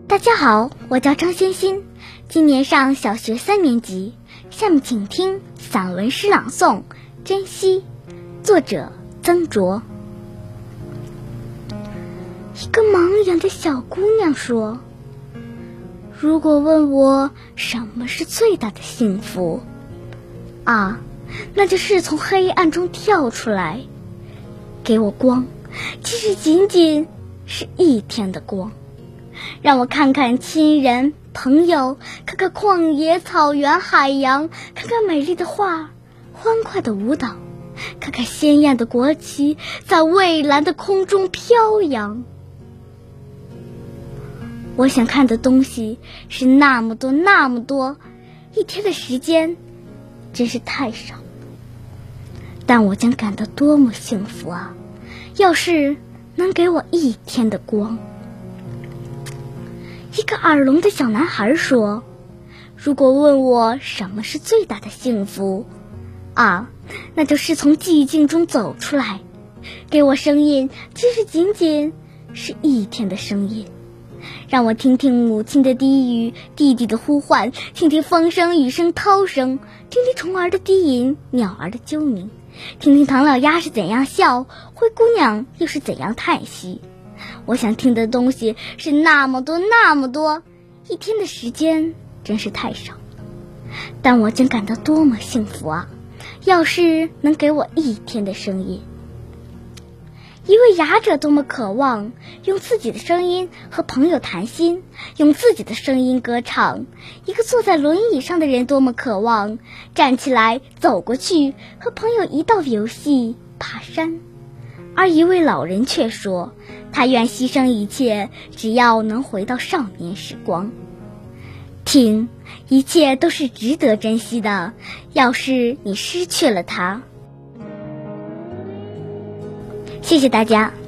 大家好，我叫张欣欣，今年上小学3年级。下面请听散文诗朗诵《珍惜》，作者曾卓。一个茫然的小姑娘说，如果问我什么是最大的幸福啊，那就是从黑暗中跳出来，给我光，即使仅仅是一天的光，让我看看亲人朋友，看看旷野草原海洋，看看美丽的画，欢快的舞蹈，看看鲜艳的国旗在蔚蓝的空中飘扬。我想看的东西是那么多那么多，一天的时间真是太少，但我将感到多么幸福啊，要是能给我一天的光。一个耳聋的小男孩说，如果问我什么是最大的幸福啊，那就是从寂静中走出来，给我声音，即使仅仅是一天的声音，让我听听母亲的低语，弟弟的呼唤，听听风声雨声涛声，听听虫儿的低吟，鸟儿的啾鸣，听听唐老鸭是怎样笑，灰姑娘又是怎样叹息。我想听的东西是那么多那么多，一天的时间真是太少，但我将感到多么幸福啊，要是能给我一天的声音。一位哑者多么渴望用自己的声音和朋友谈心，用自己的声音歌唱。一个坐在轮椅上的人多么渴望站起来走过去和朋友一道游戏爬山。而一位老人却说，他愿牺牲一切，只要能回到少年时光。听，一切都是值得珍惜的，要是你失去了它。谢谢大家。